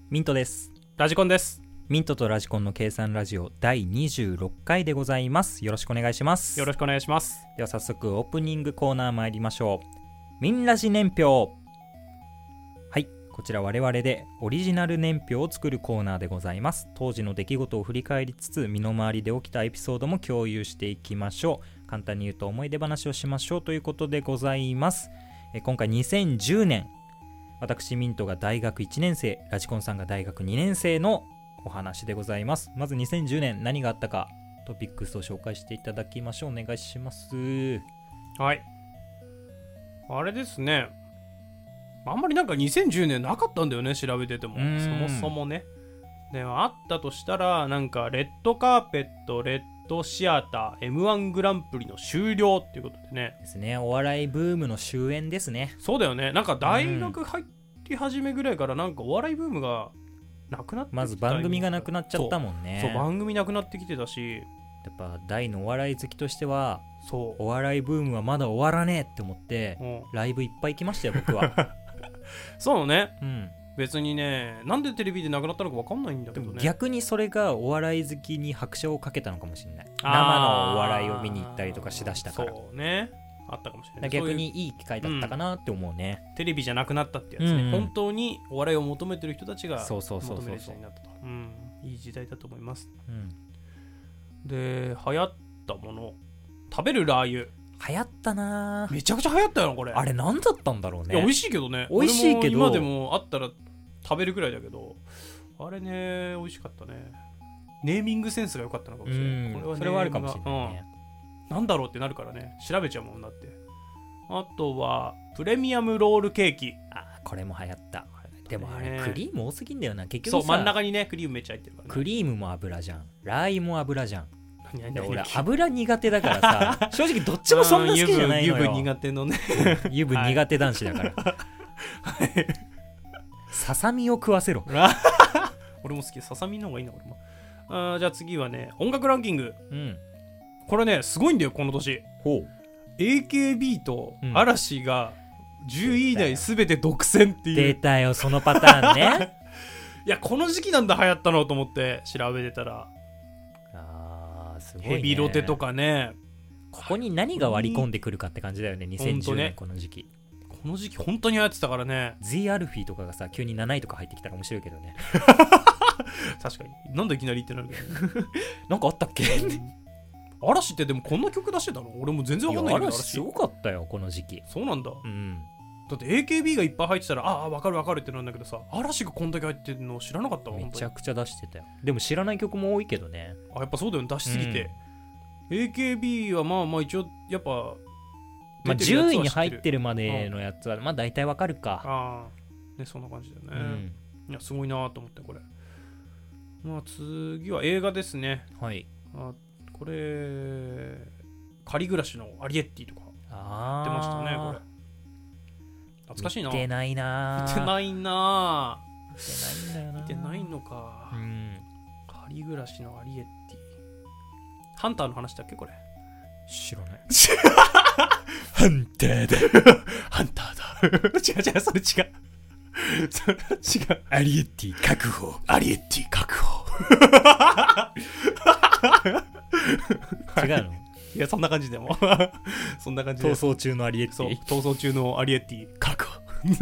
ミントです。 ラジコンです。 ミントとラジコンの計算ラジオ第26回でございます。よろしくお願いします。 よろしくお願いします。 では早速オープニングコーナー参りましょう。ミンラジ年表。はい、こちら我々でオリジナル年表を作るコーナーでございます。当時の出来事を振り返りつつ、身の回りで起きたエピソードも共有していきましょう。簡単に言うと思い出話をしましょうということでございます。今回2010年、私ミントが大学1年生、ラジコンさんが大学2年生のお話でございます。まず2010年何があったかトピックスを紹介していただきましょう。お願いします。 はい。あれですね。あんまりなんか2010年なかったんだよね、調べてても。そもそもね。でもあったとしたら、なんかレッドカーペット、レッドシアター、M1 グランプリの終了っていうことでね。 ですね。お笑いブームの終焉ですね。 そうだよね。なんか大学入り始めぐらいからなんかお笑いブームがなくなってきた。 まず番組がなくなっちゃったもんね。 そう、番組なくなってきてたし。 やっぱ大のお笑い好きとしては、 そうお笑いブームはまだ終わらねえって思って、ライブいっぱい行きましたよ僕は。 そうね。 うん。 別にね、なんでテレビでなくなったのか分かんないんだけどね。 逆にそれがお笑い好きに拍車をかけたのかもしれない。生のお笑いを見に行ったりとかしだしたから。 そうね、あったかもしれない。 逆にいい機会だったかなって思うね。 テレビじゃなくなったってやつね、本当にお笑いを求めてる人たちが求める時代になったと。いい時代だと思います。で、流行ったもの、食べるラー油流行ったな。 めちゃくちゃ流行ったよなこれ。 あれ何だったんだろうね。 いや美味しいけどね。 美味しいけど今でもあったら食べるくらいだけど、あれね美味しかったね。ネーミングセンスが良かったのかもしれない。これはそれはあるかもしれないね。 なんだろうってなるからね、調べちゃうもんだって。あとはプレミアムロールケーキ。 これも流行った。でもあれクリーム多すぎんだよな。結局さ、 そう真ん中にねクリームめっちゃ入ってるからね。 クリームも油じゃん、ラー油も油じゃん。俺油苦手だからさ、正直どっちもそんな好きじゃないのよ。 油分苦手のね。 油分苦手男子だから。ささみを食わせろ。 俺も好き。ささみの方がいいな俺も。じゃあ次はね、音楽ランキング。これねすごいんだよこの年。AKB と嵐が10位以内すべて独占っていう。 出たよそのパターンね。 いやこの時期なんだ流行ったのと思って調べてたら、 すごいね、 ヘビロテとかね。 ここに何が割り込んでくるかって感じだよね。2010年この時期。 この時期本当に流行ってたからね。 Z アルフィーとかがさ急に7位とか入ってきたら面白いけどね。 確かになんでいきなりってなるけどなんかあったっけ。 嵐ってでもこんな曲出してたの？俺も全然わかんないけど。 嵐すごかったよこの時期。 そうなんだ。だって AKB がいっぱい入ってたら分かる分かるってなんだけどさ、嵐がこんだけ入ってるの知らなかったわ。 めちゃくちゃ出してたよ。でも知らない曲も多いけどね。 やっぱそうだよね、出しすぎて。AKB はまあ一応やっぱ 10位に入ってるまでのやつは大体わかるか。 ね、そんな感じだよね。いやすごいなと思ってこれ。次は映画ですね。 はい。 これ仮暮らしのアリエッティとかやってましたね。これ懐かしいな。 見てないな。 見てないんだよな。 見てないのか。仮暮らしのアリエッティ。ハンターの話だっけこれ。 知らない。ハンターだ。 ハンターだ。違うそれ違う。それ違う。 アリエッティ確保。 アリエッティ確保。 違うの？ いやそんな感じでも。そんな感じで。 逃走中のアリエッティ。 そう逃走中のアリエッティ確保。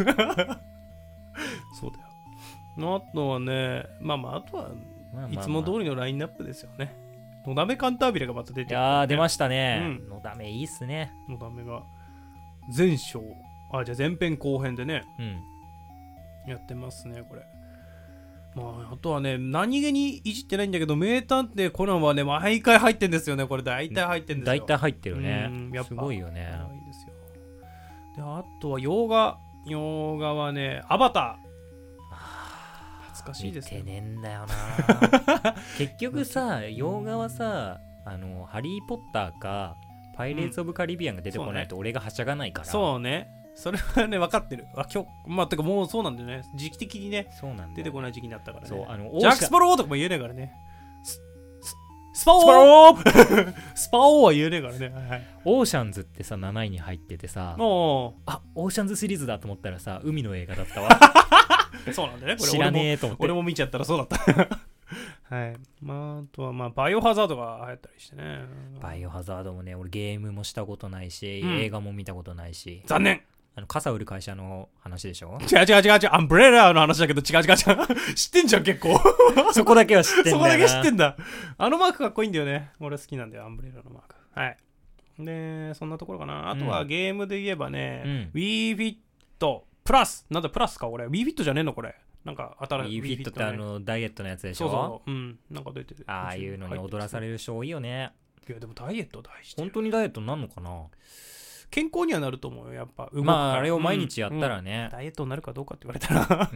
そうだよ。あとはね、あとはいつも通りのラインナップですよね。のだめカンタービレがまた出てる、ね。 出ましたね。のだめいいっすね。 のだめが前章、じゃあ前編後編でね、やってますねこれ。あとはね、何気にいじってないんだけど、名探偵コナンはね毎回入ってんですよね。これ大体入ってんですよ。 大体入ってるね。 やっぱすごいよね。 いいですよ。であとは洋画はね、アバター。懐かしいですね。 見てねえんだよな。結局さ、洋画はさ、ハリーポッターかパイレーツ・オブ・カリビアンが出てこないと俺がはしゃがないから。 そうね、それはね分かってる。今日てかもうそうなんだよね。時期的にね、出てこない時期になったからね。そうジャック・スパローとかも言えないからね。スパオースパオーは言えねえからね。 オーシャンズってさ7位に入っててさ、オーシャンズシリーズだと思ったらさ海の映画だったわ。 そうなんだねこれ。 知らねえと思って。 俺も見ちゃったらそうだったはい。まああとはまあバイオハザードが流行ったりしてね。 バイオハザードもね、俺ゲームもしたことないし、 うん映画も見たことないし。 残念。 傘売る会社の話でしょ。 違うアンブレラの話だけど違う知ってんじゃん結構そこだけは知ってんだよな。 そこだけ知ってんだ。あのマークかっこいいんだよね。俺好きなんだよアンブレラのマーク。はい。でそんなところかな。あとはゲームで言えばね、Wii Fit プラスなんだプラスか俺 Wii Fit じゃねえのこれ。なんか新しい Wii Fit ってダイエットのやつでしょ。 そうなんか出てる。 ああいうのに踊らされる人多いよね。 いやでもダイエット大事。 本当にダイエットになるのかな。 健康にはなると思うよやっぱ。 まああれを毎日やったらね、 ダイエットになるかどうかって言われたら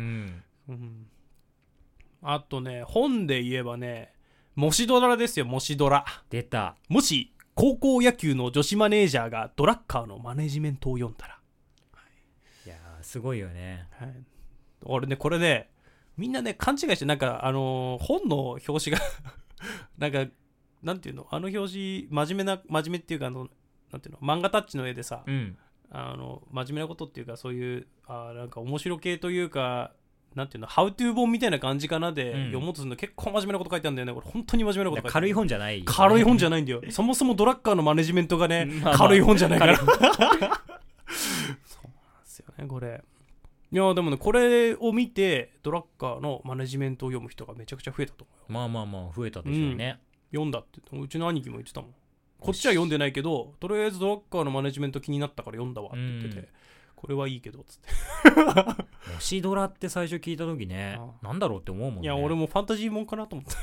あとね本で言えばねもしドラですよ。もしドラ出た。 もし高校野球の女子マネージャーがドラッカーのマネジメントを読んだら、 いやすごいよね。 俺ねこれねみんなね勘違いしてなんか本の表紙がなんかなんていうの表紙真面目っていうかなんていうの漫画タッチの絵でさ、真面目なことっていうかそういうなんか面白系というかなんていうのハウトゥー本みたいな感じかなで、読もうとするの結構真面目なこと書いてあるんだよね。これ本当に真面目なこと書いてある。 軽い本じゃない、ね、 軽い本じゃないんだよそもそもドラッカーのマネジメントがね、軽い本じゃないからそうなんですよねこれ。いやでもねこれを見てドラッカーのマネジメントを読む人がめちゃくちゃ増えたと思うよ。 まあ増えたでしょうね、 読んだってうちの兄貴も言ってたもん。こっちは読んでないけどとりあえずドラッカーのマネジメント気になったから読んだわって言ってて、これはいいけどつってもしドラって最初聞いた時ね、なんだろうって思うもんね。 いや俺もファンタジーもんかなと思って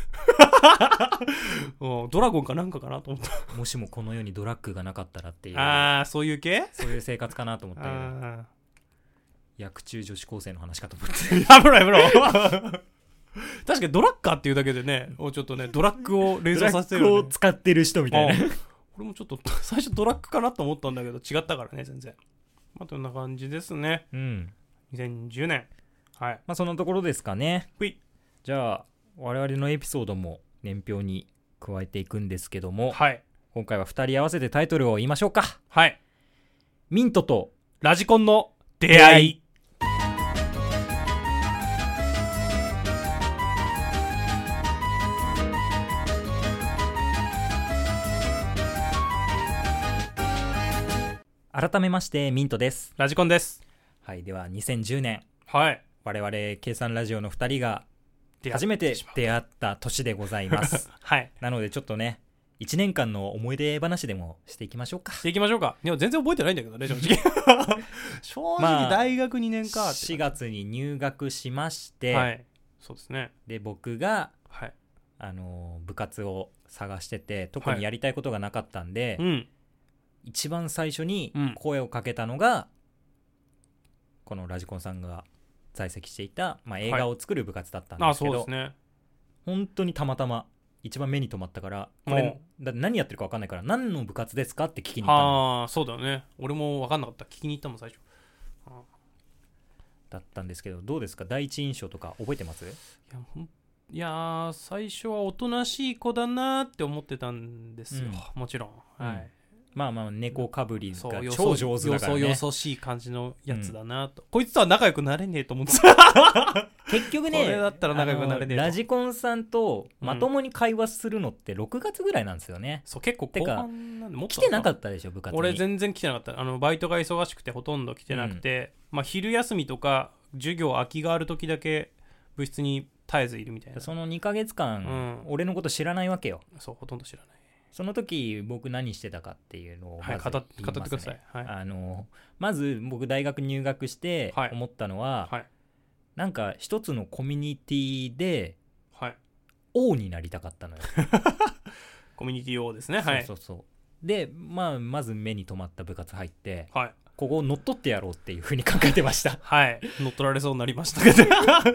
ドラゴンかなんかかなと思ったもしもこの世にドラッグがなかったらっていう、 そういう系そういう生活かなと思ったけど薬中女子高生の話かと思ってやめろ確かにドラッカーっていうだけでねちょっとねドラッグを連想させてる、ね、 ドラッグを使ってる人みたいな俺もちょっと最初ドラッグかなと思ったんだけど違ったからね全然。まあこんな感じですね。2010年はいそんなところですかね。 じゃあ我々のエピソードも年表に加えていくんですけども、今回は2人合わせてタイトルを言いましょうか。ミントとラジコンの出会い。 改めましてミントです。 ラジコンです。 はい、では2010年、 我 々計算ラジオの2人が初めて出会った年でございますなのでちょっとね1年間の思い出話でもしていきましょうか。 いや全然覚えてないんだけどね正直正直大学2年かって 4月に入学しまして、 そうですね。 で僕が、部活を探してて特にやりたいことがなかったんで、一番最初に声をかけたのが、このラジコンさんが在籍していた、映画を作る部活だったんですけど、本当にたまたま一番目に留まったから、これだって何やってるか分かんないから何の部活ですかって聞きに行ったの。 そうだよね。俺も分かんなかった。聞きに行ったもん最初だったんですけど、どうですか第一印象とか覚えてます？ いや最初はおとなしい子だなって思ってたんですよ、もちろん。 猫かぶりが超上手だからね。 よそしい感じのやつだなと、こいつとは仲良くなれねえと思ってた結局ね、 これだったら仲良くなれねえと。 ラジコンさんとまともに会話するのって6月ぐらいなんですよね。 そう結構後半なんで。もっと来てなかったでしょ部活に。 俺全然来てなかった。バイトが忙しくてほとんど来てなくて、昼休みとか授業空きがある時だけ部室に絶えずいるみたいな。 その2ヶ月間、俺のこと知らないわけよ。 そうほとんど知らない。 その時僕何してたかっていうのをまず言いますね。 語ってください。 まず僕大学入学して思ったのは、なんか一つのコミュニティで王になりたかったのよコミュニティ王ですね。 そうで、まず目に留まった部活入って、ここを乗っ取ってやろうっていう風に考えてました乗っ取られそうになりましたけど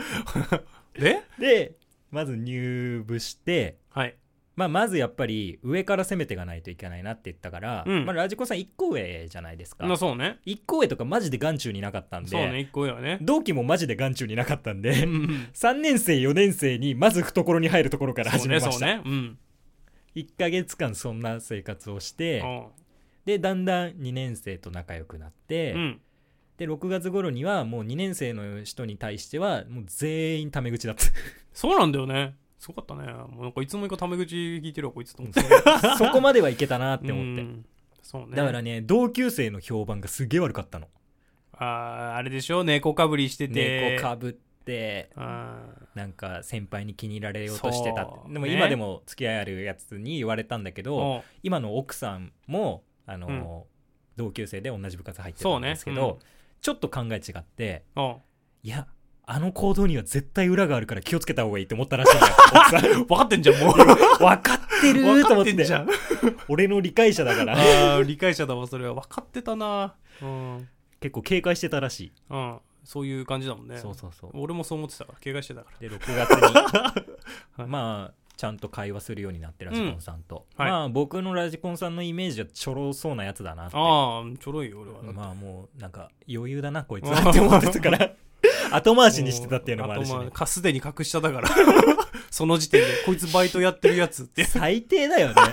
でまず入部して、まずやっぱり上から攻めていかないといけないなって言ったから、ラジコンさん1個上じゃないですか。 そうね。 1個上とかマジで眼中になかったんで。 そうね、1個上はね。 同期もマジで眼中になかったんで3年生4年生にまず懐に入るところから始めました。1ヶ月間そんな生活をして、でだんだん2年生と仲良くなって、 で6月頃にはもう2年生の人に対してはもう全員タメ口だったそうなんだよね。すごかったね。もうなんかいつの間にかタメ口聞いてるわこいつと思ってそこまではいけたなって思って、 そうね。 だからね同級生の評判がすげえ悪かったの。 あれでしょ、猫かぶりしてて、 猫かぶってなんか先輩に気に入られようとしてたって。でも今でも付き合いあるやつに言われたんだけど、今の奥さんも同級生で同じ部活入ってたんですけど、ちょっと考え違って、いやあの行動には絶対裏があるから気をつけた方がいいって思ったらしいんだよ奥さん。 分かってんじゃんもう分かってると思って。 分かってんじゃん俺の理解者だから理解者だわそれは。分かってたな。 結構警戒してたらしい。 そういう感じだもんね。 そうそうそう。 俺もそう思ってたから警戒してたから。 で6月にまあちゃんと会話するようになってラジコンさんと、まあ僕のラジコンさんのイメージはちょろそうなやつだなって。 ちょろいよ俺は。 まあもうなんか余裕だなこいつはって思ってたから後回しにしてたっていうのもあるし、ね、 すでに格下だからその時点でこいつバイトやってるやつって最低だよね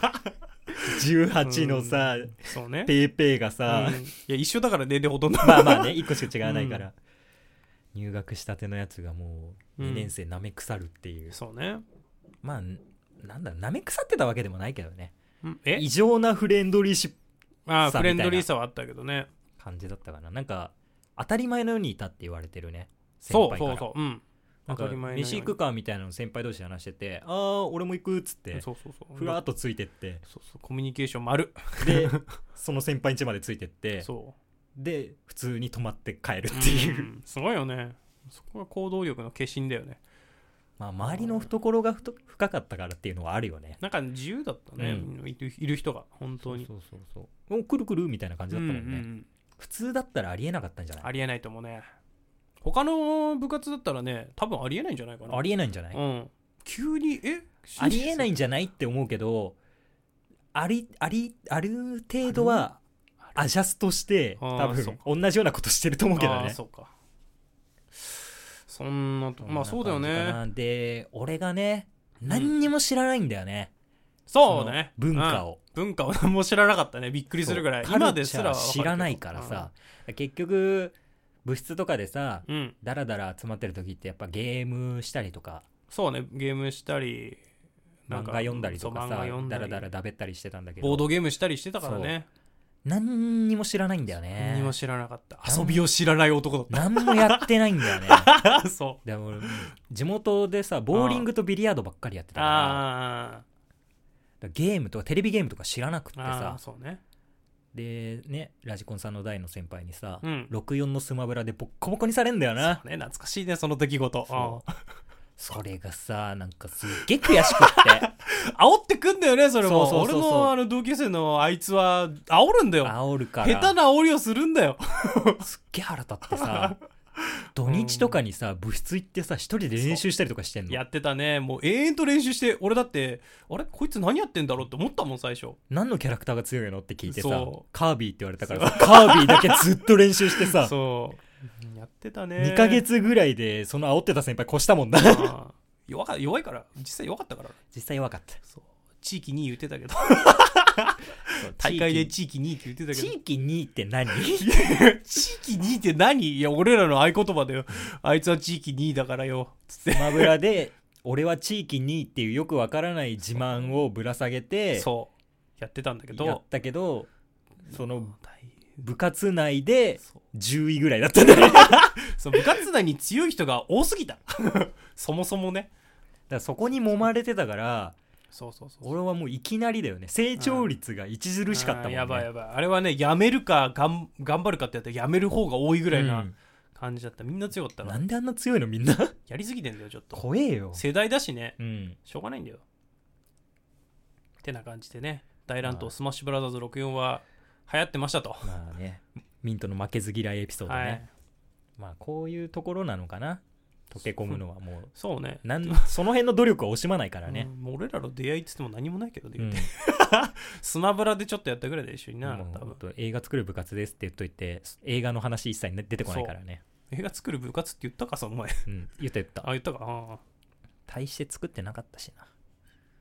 18のさ、 そうね、 ペーペーがさ、 いや一緒だからね。でほとんどまあまあね1個しか違わないから、入学したてのやつがもう2年生舐め腐るっていう、 そうね。 まあなんだ舐め腐ってたわけでもないけどね、異常なフレンドリーさみたいなフレンドリーさはあったけどね感じだったかな。なんか当たり前のようにいたって言われてるね先輩から。 そうなんか飯行くかみたいなの先輩同士で話してて、俺も行くっつってふらっとついてって、 コミュニケーション丸でその先輩ん家までついてって、で普通に泊まって帰るっていうすごいよね。そこが行動力の化身だよね。 まあ周りの懐が深かったからっていうのはあるよね。 なんか自由だったね、いる人が本当に。 そうくるくるみたいな感じだったもんね、普通だったらありえなかったんじゃない？ ありえないと思うね。他の部活だったらね多分ありえないんじゃないかな。 ありえないんじゃない？ 急にありえないんじゃないって思うけど、ある程度はアジャストして多分同じようなことしてると思うけどね。 そうか、そんなとまあそうだよね。 で俺がね何にも知らないんだよね、 そうね、 文化を何も知らなかったね。びっくりするぐらい。 今ですら知らないからさ、結局部室とかでさ、だらだら集まってる時ってやっぱゲームしたりとか、 そうね、ゲームしたり漫画読んだりとかさ、だらだらだべったりしてたんだけど、 ボードゲームしたりしてたからね。 何にも知らないんだよね。 何にも知らなかった。遊びを知らない男だった。 何もやってないんだよねそうでも地元でさボーリングとビリヤードばっかりやってたからゲームとかテレビゲームとか知らなくってさ。 そうね。 でね、ラジコンさんの代の先輩にさ、64のスマブラでボッコボコにされんだよな。 そうね、懐かしいねその出来事。 それがさなんかすっげえ悔しくって煽ってくんだよねそれも。俺の同級生のあいつは煽るんだよ。 煽るから下手な煽りをするんだよすっげえ腹立ってさ土日とかにさ部室行ってさ一人で練習したりとかしてんの。 やってたね。もう永遠と練習して、俺だってあれこいつ何やってんだろうって思ったもん最初。 何のキャラクターが強いのって聞いてさカービィって言われたからさカービィだけずっと練習してさそうやってたね。 2ヶ月ぐらいでその煽ってた先輩越したもんな弱いから実際弱かったから。 実際弱かった。 そう地域2位言ってたけど大会で地域2位って言ってたけど。 地域2位って何地域2位って何？いや俺らの合言葉だよ。あいつは地域2位だからよつって。 スマブラで俺は地域2位っていうよくわからない自慢をぶら下げてそうやってたんだけど、 やったけどその部活内で10位ぐらいだったんだねそう部活内に強い人が多すぎたそもそもね。 だからそこに揉まれてたからそう俺はもういきなりだよね。成長率が著しかったもんね。 やばいあれはねやめるか頑張るかってやったらやめる方が多いぐらいな感じだった。みんな強かったから。 なんであんな強いのみんなやりすぎてんだよちょっと。 怖えよ。 世代だしね、しょうがないんだよってな感じでね。大乱闘スマッシュブラザーズ64は流行ってましたと。 まあねミントの負けず嫌いエピソードね、まあこういうところなのかな。溶け込むのはもうそうねその辺の努力は惜しまないからね、 もう俺らの出会いっつっても何もないけどね、スマブラでちょっとやったぐらいで一緒にな。多分映画作る部活ですって言っといて映画の話一切出てこないからね。 映画作る部活って言ったかその前言った言ったか。 大して作ってなかったしな。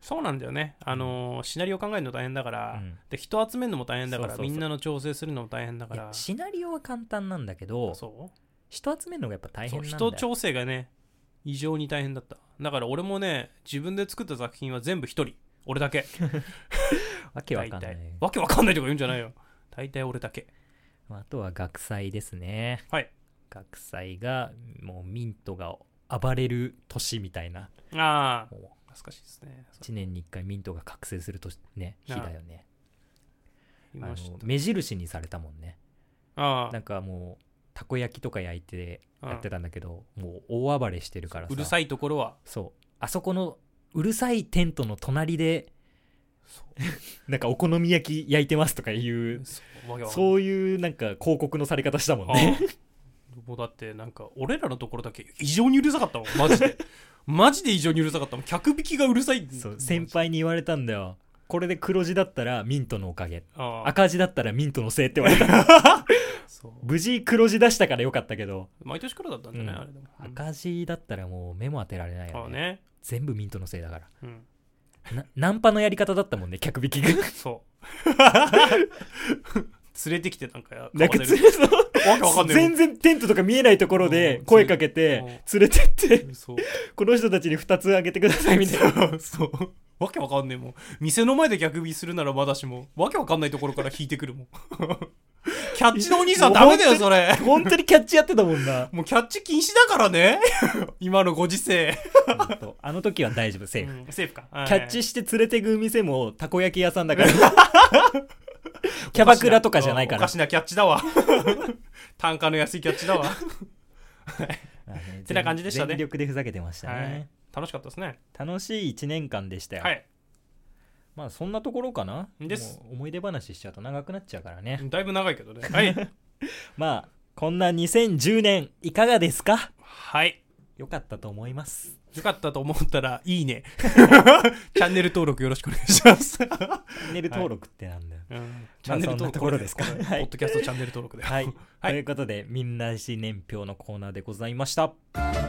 そうなんだよね。シナリオ考えるの大変だから、 うんで人集めるのも大変だから、 そうそうそうみんなの調整するのも大変だかいやら。 シナリオは簡単なんだけどそう人集めるのがやっぱ大そう変なんだよ。 人調整がね異常に大変だった。だから俺もね自分で作った作品は全部一人、俺だけ。 わけわかんない大体わけわかんないとか言うんじゃないよ。大体俺だけ。 あとは学祭ですね。 はい。 学祭がもうミントが暴れる年みたいな、 ああも懐かしいですね。 う1年に1回ミントが覚醒する年ね日だよね。 言いました。 目印にされたもんね。 ああなんかもうたこ焼きとか焼いてやってた。 たんだけど、もう大暴れしてるからさ。 うるさいところはそうあそこのうるさいテントの隣でそうなんかお好み焼き焼いてますとかいうそうわけわかんない。 そういうなんか広告のされ方したもんね。 ああもうだってなんか俺らのところだけ異常にうるさかったもんマジで。マジで異常にうるさかったもん。客引きがうるさい。 そう先輩に言われたんだよ。これで黒字だったらミントのおかげ、 ああ赤字だったらミントのせいって言われた。 そう無事黒字出したからよかったけど、 毎年からだったんじゃない、 うんあれでも。 赤字だったらもう目も当てられないよね。 ああね。 全部ミントのせいだから。 うん。 ナンパのやり方だったもんね、客引きが。 そう。連れてきてなんかやなんか買わせるわけわかんない全然テントとか見えないところで声かけて連れてってそうこの人たちに2つあげてくださいみたいな。 そうわけわかんねえもん。店の前で逆引きするならまだしもわけわかんないところから引いてくるもん。キャッチのお兄さんダメだよそれ。 本当にキャッチやってたもんな。 もうキャッチ禁止だからね。今のご時世。 ほんとあの時は大丈夫、セーフ、 うんセーフか。 キャッチして連れてく店もたこ焼き屋さんだからキャバクラとかじゃないから。 おかしなキャッチだわ。単価の安いキャッチだわ。てな感じでしたね全力でふざけてましたね、 はい楽しかったですね。 楽しい1年間でしたよ、 はい。 まあそんなところかな。 ですもう思い出話しちゃうと長くなっちゃうからね。 だいぶ長いけどね。はい。 まあこんな2010年いかがですか。 はい。 よかったと思います。 よかったと思ったらいいね。チャンネル登録よろしくお願いします。 チャンネル登録ってなんだよ、 チャンネル登録そんなところですかポはいッドキャストチャンネル登録で。 はい、 はいということでみんなし年表のコーナーでございました。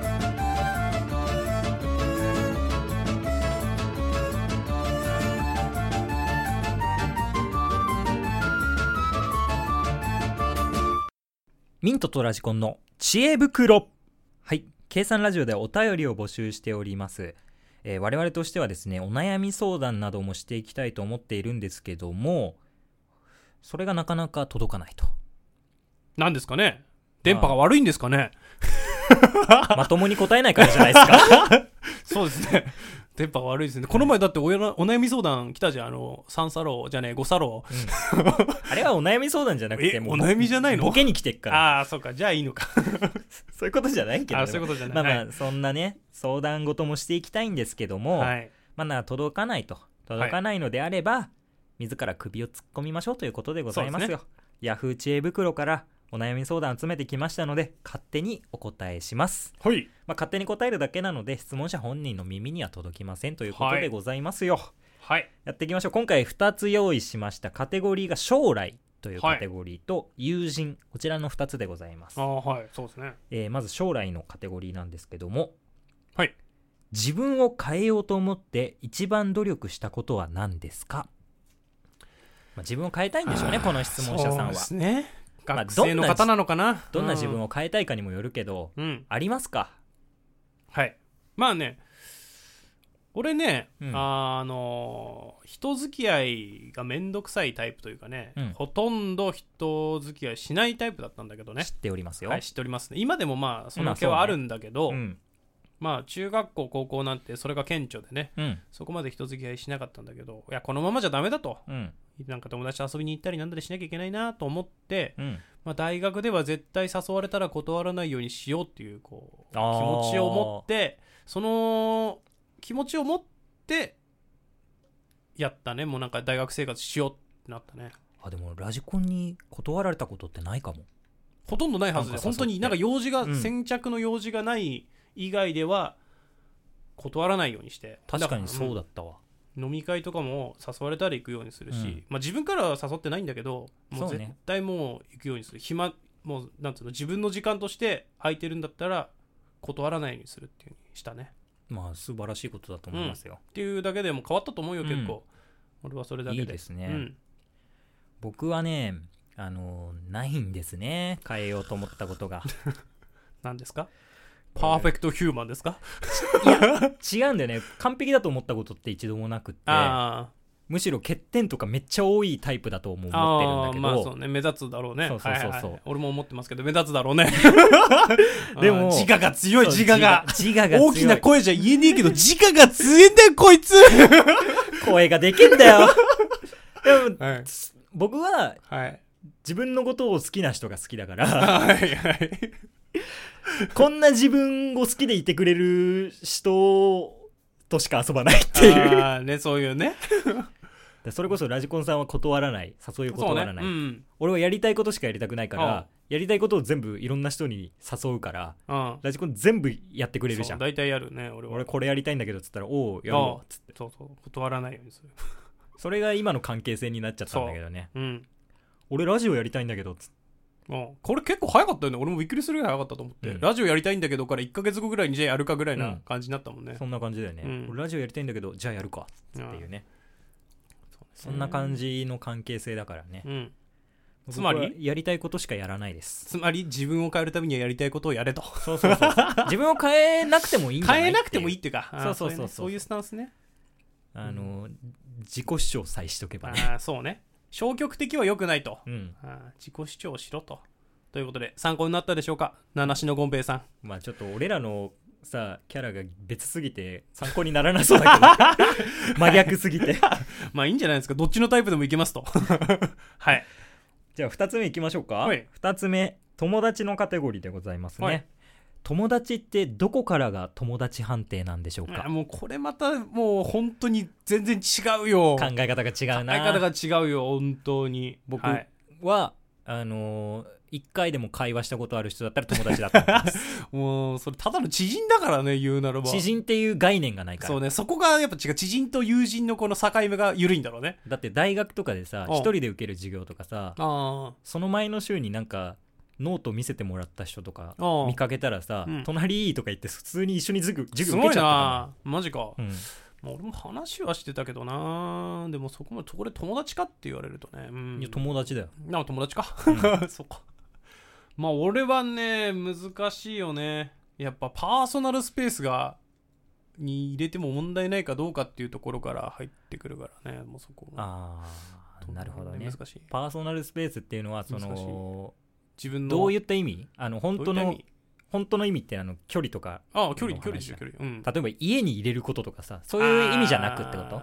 ミントとラジコンの知恵袋。はい、計算ラジオではお便りを募集しております。我々としてはですね、お悩み相談などもしていきたいと思っているんですけども、それがなかなか届かないと。 なんですかね。電波が悪いんですかね。 まともに答えないからじゃないですか。 そうですね。電波が悪いですね。この前だってお悩み相談来たじゃん。3サロじゃねえ5サロ、 あれはお悩み相談じゃなくてもうお悩みじゃないの。 ボケに来てっから。 ああそうか、じゃあいいのか。 そういうことじゃないけど、 あそういうことじゃない。 まあまあ、 はいそんなね相談事もしていきたいんですけども、 はい。 まあ届かないのであれば、自ら首を突っ込みましょうということでございますよ。ヤフー知恵袋からお悩み相談集めてきましたので勝手にお答えします。 はい。 まあ、勝手に答えるだけなので質問者本人の耳には届きませんということでございますよ。 はい。 やっていきましょう。今回2つ用意しました。カテゴリーが将来というカテゴリーと友人、こちらの2つでございます。 はいそうですね。 まず将来のカテゴリーなんですけども、 はい。 自分を変えようと思って一番努力したことは何ですか。まあ、自分を変えたいんでしょうね、この質問者さんは。 そうですね。 まあ学生の方なのかな。 どんな自分を変えたいかにもよるけど、 うんありますか。 はい。まあね、俺ね、 うん人付き合いがめんどくさいタイプというかね、 うんほとんど人付き合いしないタイプだったんだけどね知。っておりますよ。 はい、知っておりますね。今でもまあその気はあるんだけど、 うんまあ中学校高校なんてそれが顕著でね、 うんそこまで人付き合いしなかったんだけど、いやこのままじゃダメだと、 うんなんか友達と遊びに行ったりなんだりしなきゃいけないなと思って、 うんまあ、大学では絶対誘われたら断らないようにしようっていうこう気あー持ちを持って、その気持ちを持ってやったね。もうなんか大学生活しようってなったね。 あ、でもラジコンに断られたことってないかも。 ほとんどないはずで、 なんか誘って本当になんか用事が、 うん先着の用事がない以外では断らないようにして。 確かにそうだだったわ。 飲み会とかも誘われたら行くようにするし、 うんまあ、自分からは誘ってないんだけど、もそううね絶対もう行くようにする。暇、もうなんつうの、自分の時間として空いてるんだったら断らないようにするっていう風にしたね。 まあ素晴らしいことだと思いますよ、 っていうだけでも変わったと思うよ、結構。俺はそれだけで。 いいですね、僕はねないんですね、変えようと思ったことが。 何ですか？パーフェクトヒューマンですか？ いや違うんだよね。完璧だと思ったことって一度もなくって、むしろ欠点とかめっちゃ多いタイプだとも思ってるんだけど、 まあそうね、目立つだろうね。 そうそうそうそう、はいはい、 俺も思ってますけど目立つだろうね。 でも自我が強い、自我が大きな声じゃ言えねえけど自我が強いんだよこいつ。 声ができんだよ。でも、 はい、 僕は、 はい、 自分のことを好きな人が好きだから、 はいはい、 こんな自分を好きでいてくれる人としか遊ばないっていう。 ね、そういうね。 それこそラジコンさんは断らない、誘いを断らない、俺はやりたいことしかやりたくないから、やりたいことを全部いろんな人に誘うから、ラジコン全部やってくれるじゃん。 大体やるね。俺これやりたいんだけどっつったら、おうやるわっつって、 そう断らないようにする。 それが今の関係性になっちゃったんだけどね。俺ラジオやりたいんだけどっつって、 これ結構早かったよね。俺もびっくりするぐらい早かったと思って、ラジオやりたいんだけどから1ヶ月後ぐらいにじゃあやるかぐらいな感じになったもんね。 そんな感じだよね、俺ラジオやりたいんだけどじゃあやるかっていうね、そんな感じの関係性だからね、つまりやりたいことしかやらないです。 つまり自分を変えるためにはやりたいことをやれと。 そう自分を変えなくてもいいんじゃない変えなくてもいいっていうか、 そういうスタンスね。 自己主張さえしとけばね。 そうね、消極的は良くないと、自己主張しろということで参考になったでしょうか、七種のゴンベイさん。 まあちょっと俺らのさキャラが別すぎて参考にならなそうだけど真逆すぎてまあいいんじゃないですか、どっちのタイプでもいけますと。はい、 じゃあ2つ目いきましょうか。2つ目、友達のカテゴリーでございますね、友達ってどこからが友達判定なんでしょうか。 もうこれまたもう本当に全然違うよ、 考え方が違うな。 考え方が違うよ本当に。 僕は、1回でも会話したことある人だったら友達だと思います。 もうそれただの知人だからね、言うならば。 知人っていう概念がないから。 そうね、そこがやっぱ違う、知人と友人のこの境目が緩いんだろうね。 だって大学とかでさ、一人で受ける授業とかさ、その前の週になんかノート見せてもらった人とか見かけたらさ、隣とか言って普通に一緒に授業受けちゃったから。すごいな、 マジか。俺も話はしてたけどな。でもそこまでこれ友達かって言われるとね、 いや友達だよ。 友達か。そうか。まあ俺はね難しいよね。やっぱパーソナルスペースに入れても問題ないかどうかっていうところから入ってくるからね。もうそこ。 なるほどね。 難しい。 パーソナルスペースっていうのはその自分のどういった意味？本当の意味って距離とか。 距離でしょ、距離。 例えば家に入れることとかさ、そういう意味じゃなくってこと？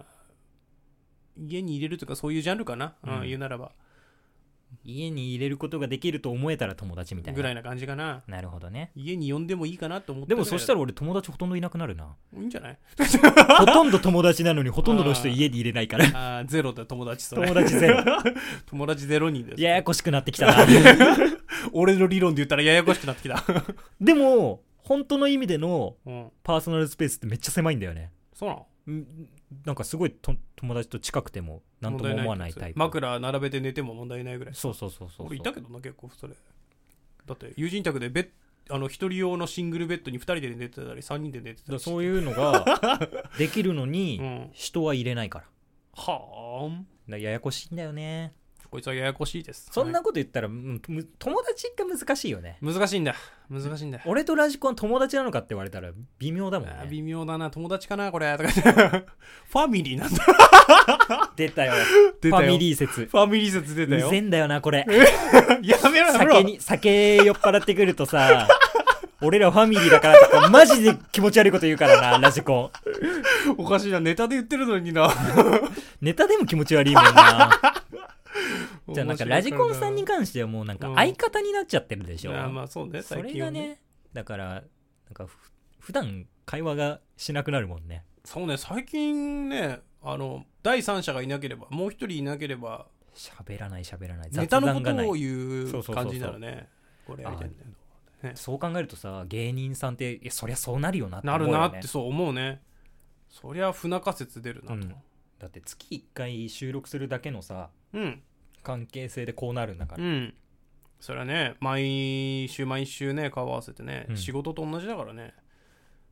家に入れるとかそういうジャンルかな、言うならば。 家に入れることができると思えたら友達みたいなぐらいな感じかな。 なるほどね。 家に呼んでもいいかなと思って。 でもそしたら俺友達ほとんどいなくなるな。 いいんじゃない？ ほとんど友達なのにほとんどの人家に入れないから。 ゼロだ友達。それ友達ゼロ。 友達0人です。 ややこしくなってきたな。 俺の理論で言ったらややこしくなってきた。 でも本当の意味でのパーソナルスペースってめっちゃ狭いんだよね。 そうなの？ なんかすごい友達と近くても何とも思わないタイプ。 枕並べて寝ても問題ないぐらい。 そう俺いたけどな、結構それ。だって友人宅で一人用のシングルベッドに2人で寝てたり3人で寝てたり。 そういうのができるのに人は入れないから。 はあ。ややこしいんだよね。 こいつはややこしいです。 そんなこと言ったら、友達って難しいよね。 難しいんだ。 俺とラジコン友達なのかって言われたら微妙だもんね。 微妙だな。友達かなこれとかファミリーなんだ。 出たよ。ファミリー説。 ファミリー説出たよ。 うぜんだよなこれ。 やめろ。 酒酔っ払ってくるとさ、俺らファミリーだからとかマジで気持ち悪いこと言うからな、ラジコン。おかしいな、ネタで言ってるのにな。 ネタでも気持ち悪いもんな。じゃあなんかラジコンさんに関してはもうなんか相方になっちゃってるでしょ。 まあそうね、 それがね、だからなんか普段会話がしなくなるもんね。 そうね、最近ね、第三者がいなければ、もう一人いなければ喋らないネタのことを言う感じになるね。これやりたいんだけど。 そう考えるとさ、芸人さんってそりゃそうなるよなって思うよね。なるなってそう思うね。そりゃ不仲説出るなと。 だって月1回収録するだけのさ、関係性でこうなるんだから。 それはね、毎週ね顔合わせてね、仕事と同じだからね。そういう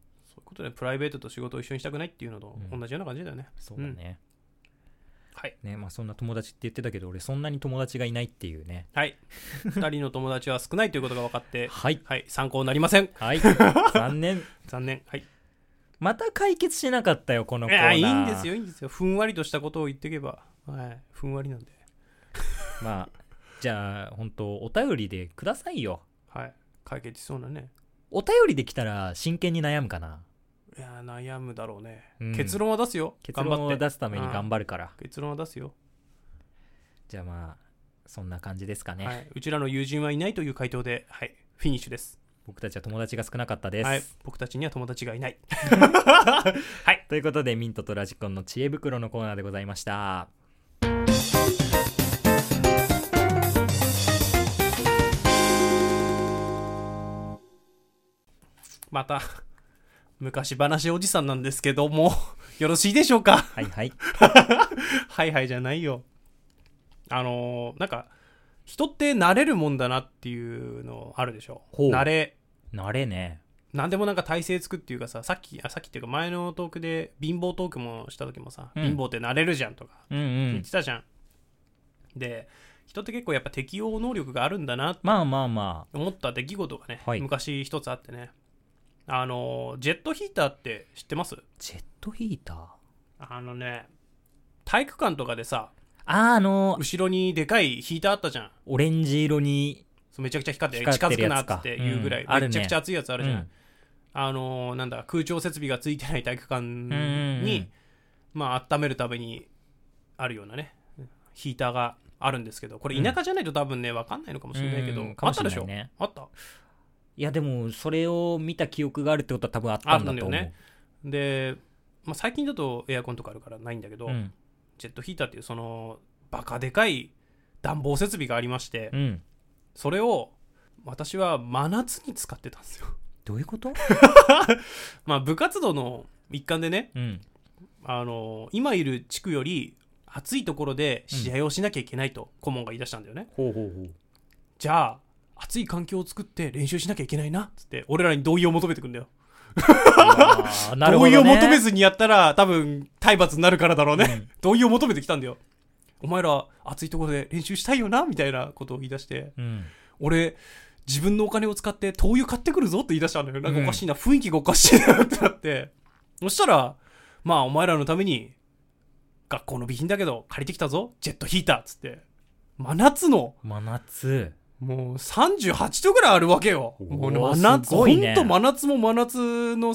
ことでプライベートと仕事を一緒にしたくないっていうのと同じような感じだよね。 そうだね。 はいね、まあそんな友達って言ってたけど、俺そんなに友達がいないっていうね。 はい。2人の友達は少ないということが分かって、 はい。 はい、参考になりません。 はい。残念。 残念。はい。 また解決しなかったよ、このコーナー。 いや、いいんですよ、いいんですよ。ふんわりとしたことを言っていけば、はい、ふんわりなんで。 まあ、じゃあ、本当お便りでくださいよ。 はい。解決しそうなね。 お便りできたら真剣に悩むかな。 いや、悩むだろうね。 うん、 結論は出すよ。 結論を出すために頑張るから。 結論は出すよ。 じゃあまあ、そんな感じですかね。 はい。うちらの友人はいないという回答で、はい、フィニッシュです。 僕たちは友達が少なかったです。 はい。僕たちには友達がいない。はい。 ということで、ミントとラジコンの知恵袋のコーナーでございました。 また昔話おじさんなんですけどもよろしいでしょうか。 はいはいはいはいじゃないよ。なんか人って慣れるもんだなっていうのあるでしょ。慣れね。 なんでもなんか体勢つくっていうかさ、さっきっていうか前のトークで貧乏トークもした時もさ、貧乏って慣れるじゃんとか言ってたじゃん。で人って結構やっぱ適応能力があるんだなって思った出来事がね、昔一つあってね、ジェットヒーターって知ってます？ ジェットヒーター体育館とかでさ、 後ろにでかいヒーターあったじゃん。 オレンジ色にめちゃくちゃ光って近づくなっていうぐらい、めちゃくちゃ熱いやつあるじゃん。なんだ空調設備がついてない体育館に、まあ温めるためにあるようなねヒーターがあるんですけど、これ田舎じゃないと多分ね分かんないのかもしれないけど、あったでしょ。あった。 いやでもそれを見た記憶があるってことは多分あったんだと思う。あるんだよね。 で、まあ、最近だとエアコンとかあるからないんだけど、ジェットヒーターっていうそのバカでかい暖房設備がありまして、それを私は真夏に使ってたんですよ。 どういうこと？ まあ部活動の一環でね、今いる地区より暑いところで試合をしなきゃいけないと顧問が言い出したんだよね。じゃあ暑い環境を作って練習しなきゃいけないなっつって俺らに同意を求めてくんだよ。同意を求めずにやったら多分体罰になるからだろうね。同意を求めてきたんだよ。お前ら暑いところで練習したいよなみたいなことを言い出して、俺自分のお金を使って灯油買ってくるぞって言い出したんだよ。なんかおかしいな、雰囲気がおかしいなってなって、そしたらまあお前らのために学校の備品だけど借りてきたぞジェットヒーターっつって、真夏もう38度ぐらいあるわけよ。もう真夏、ほんと真夏も真夏の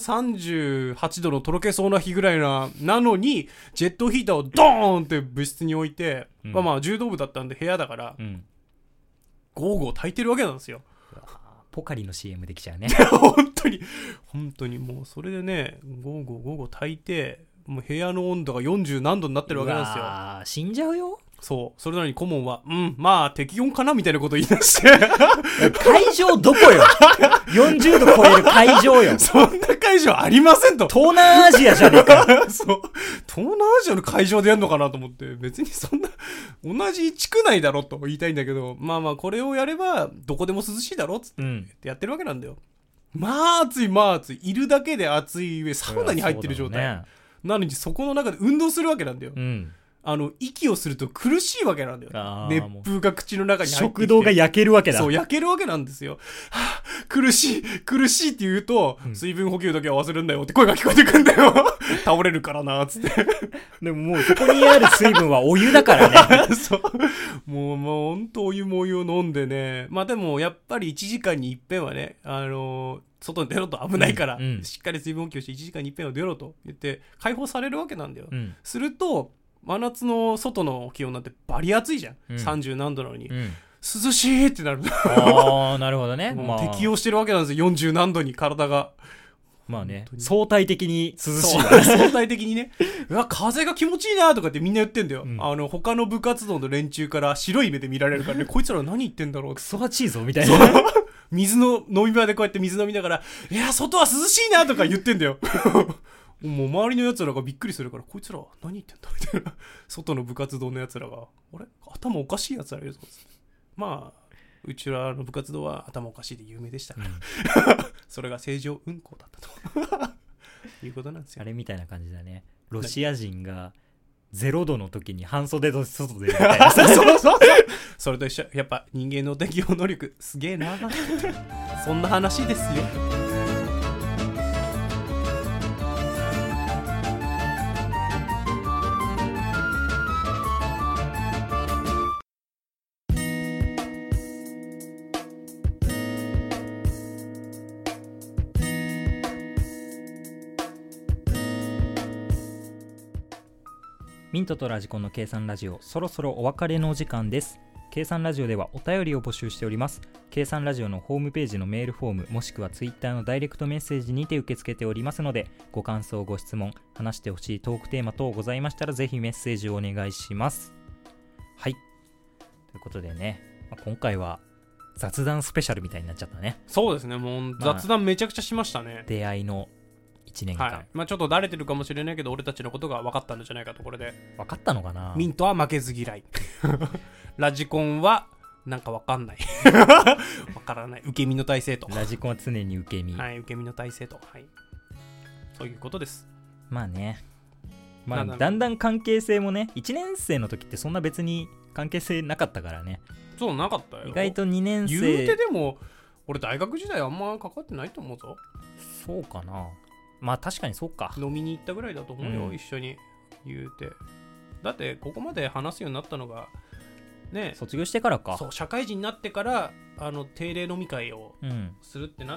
38度のとろけそうな日ぐらいなのにジェットヒーターをドーンって部室に置いて、まあ柔道部だったんで部屋だから、ゴーゴー炊いてるわけなんですよ。 ポカリの CM できちゃうね。 本当にもうそれでね、ゴーゴー炊いて、もう部屋の温度が40何度になってるわけなんですよ。 死んじゃうよ。 そう。それなのに顧問は、まあ適温かなみたいなことを言い出して会場どこよ。40度超える会場よ。 そんな会場ありませんと。 東南アジアじゃねえか。 そう。東南アジアの会場でやるのかなと思って、別にそんな同じ地区内だろと言いたいんだけど、まあこれをやればどこでも涼しいだろっつってやってるわけなんだよ。まあ暑い。いるだけで暑い上、サウナに入ってる状態。なのにそこの中で運動するわけなんだよ。息をすると苦しいわけなんだよ。熱風が口の中に入ってきて食道が焼けるわけだ。 そう、焼けるわけなんですよ。はぁ、苦しいって言うと、水分補給だけは忘れるんだよって声が聞こえてくんだよ。倒れるからなーっつって。 でももうそこにある水分はお湯だからね。 そう。もうほんとお湯を飲んでね。まあでもやっぱり1時間に一遍はね、外に出ろと危ないから、しっかり水分補給して1時間に一遍は出ろと言って解放されるわけなんだよ。すると、真夏の外の気温なんてバリ暑いじゃん。30何度なのに。涼しいってなる。 ああ、なるほどね。 適応してるわけなんですよ。40何度に体が。 まあね、相対的に涼しいわ。 相対的にね。うわ、風が気持ちいいなとかってみんな言ってんだよ。他の部活動の連中から白い目で見られるからね、こいつら何言ってんだろう。 クソ暑いぞ、みたいな。 水の飲み場でこうやって水飲みながら、いや、外は涼しいなとか言ってんだよ。もう周りの奴らがびっくりするから、こいつら何言ってんだみたいな。外の部活動の奴らが、あれ頭おかしい奴らいるぞ。まあ、うちらの部活動は頭おかしいで有名でしたから。それが正常運行だったと。 いうことなんですよ。 あれみたいな感じだね。ロシア人が0度の時に半袖で外でみたいなそうそれと一緒。やっぱ人間の適応能力すげえなそんな話ですよ。 ミントとラジコンの計算ラジオ、そろそろお別れのお時間です。計算ラジオではお便りを募集しております。計算ラジオのホームページのメールフォーム、もしくはツイッターのダイレクトメッセージにて受け付けておりますので、ご感想、ご質問、話してほしいトークテーマ等ございましたら、ぜひメッセージをお願いします。はい。ということでね、今回は雑談スペシャルみたいになっちゃったね。 そうですね、もう雑談めちゃくちゃしましたね。 出会いの1年間。 はい。ちょっとだれてるかもしれないけど、俺たちのことが分かったんじゃないかところで。 分かったのかな。 ミントは負けず嫌い。ラジコンはなんか分かんない。分からない。受け身の体制と。 ラジコンは常に受け身。 はい、受け身の体制と。はい。そういうことです。 まあね。だんだん関係性もね、1年生の時ってそんな別に関係性なかったからね。 そう、なかったよ。 意外と2年生。 言うてでも、俺大学時代あんま関わってないと思うぞ。 そうかな。まあ確かにそうか。 飲みに行ったぐらいだと思うよ、一緒に言うて。だってここまで話すようになったのがね、 卒業してからか。 そう、社会人になってから定例飲み会をするってなって、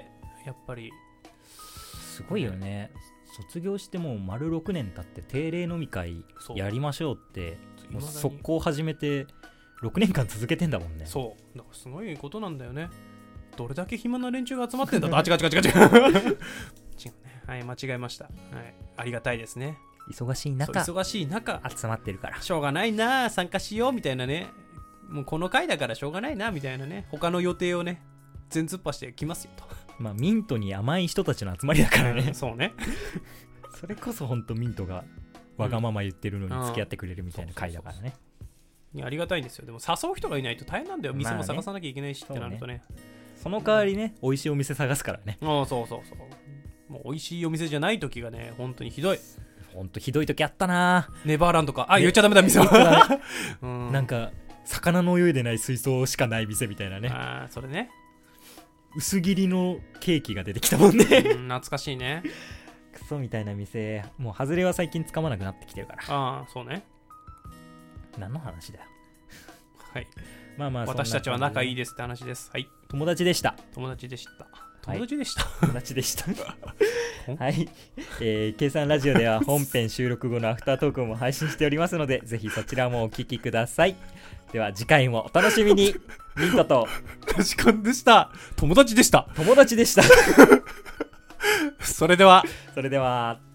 やっぱりすごいよね。卒業してもう丸6年経って定例飲み会やりましょうってもう速攻始めて6年間続けてんだもんね。 そうだからすごいことなんだよね。どれだけ暇な連中が集まってんだと。違う違うね。はい、間違えました。はい、ありがたいですね。 忙しい中集まってるからしょうがないな、参加しようみたいなね。もうこの回だからしょうがないなみたいなね。他の予定をね全突破してきますよと。 まあミントに甘い人たちの集まりだからね。 そうね。 それこそ本当ミントがわがまま言ってるのに付き合ってくれるみたいな回だからね。 いや、ありがたいんですよ。でも誘う人がいないと大変なんだよ。店も探さなきゃいけないしってなるとね。 その代わりね、美味しいお店探すからね。 そうもう美味しいお店じゃない時がね、本当にひどい。 本当ひどい時あったな。 ネバーランドか。言っちゃダメだ店は。 なんか魚の泳いでない水槽しかない店みたいなね。 それね。 薄切りのケーキが出てきたもんね。 懐かしいね。 クソみたいな店、もう外れは最近つかまなくなってきてるから。 そうね。 何の話だよ。 はい。 まあ私たちは仲いいですって話です。はい。 友達でした。 友達でした。 はい。計算ラジオでは本編収録後のアフタートークも配信しておりますので、ぜひそちらもお聞きください。では次回もお楽しみに。ミントとラジコンでした。友達でした。 友達でした。 それでは。